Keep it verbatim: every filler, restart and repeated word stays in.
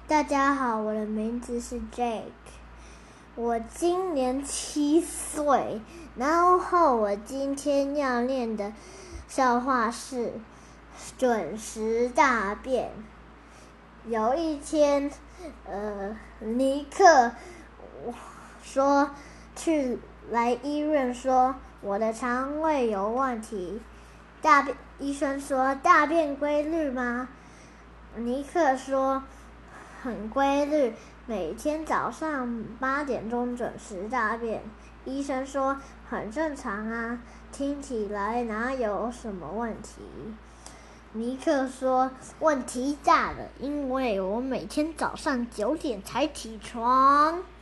大家好，我的名字是 Jake， 我今年七岁，然后我今天要念的笑话是准时大便。有一天，呃，尼克说去来医院说我的肠胃有问题，大便医生说大便规律吗？尼克说很规律，每天早上八点钟准时大便。医生说很正常啊，听起来哪有什么问题？尼克说问题大了，因为我每天早上九点才起床。